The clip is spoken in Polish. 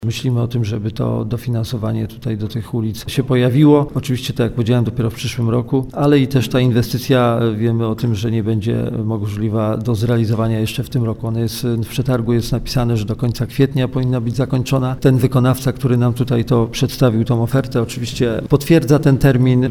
Myślimy o tym, żeby to dofinansowanie tutaj do tych ulic się pojawiło. Oczywiście, tak jak powiedziałem, dopiero w przyszłym roku, ale i też ta inwestycja, wiemy o tym, że nie będzie możliwa do zrealizowania jeszcze w tym roku. Ona jest w przetargu, jest napisane, że do końca kwietnia powinna być zakończona. Ten wykonawca, który nam tutaj to przedstawił, tą ofertę, oczywiście potwierdza ten termin.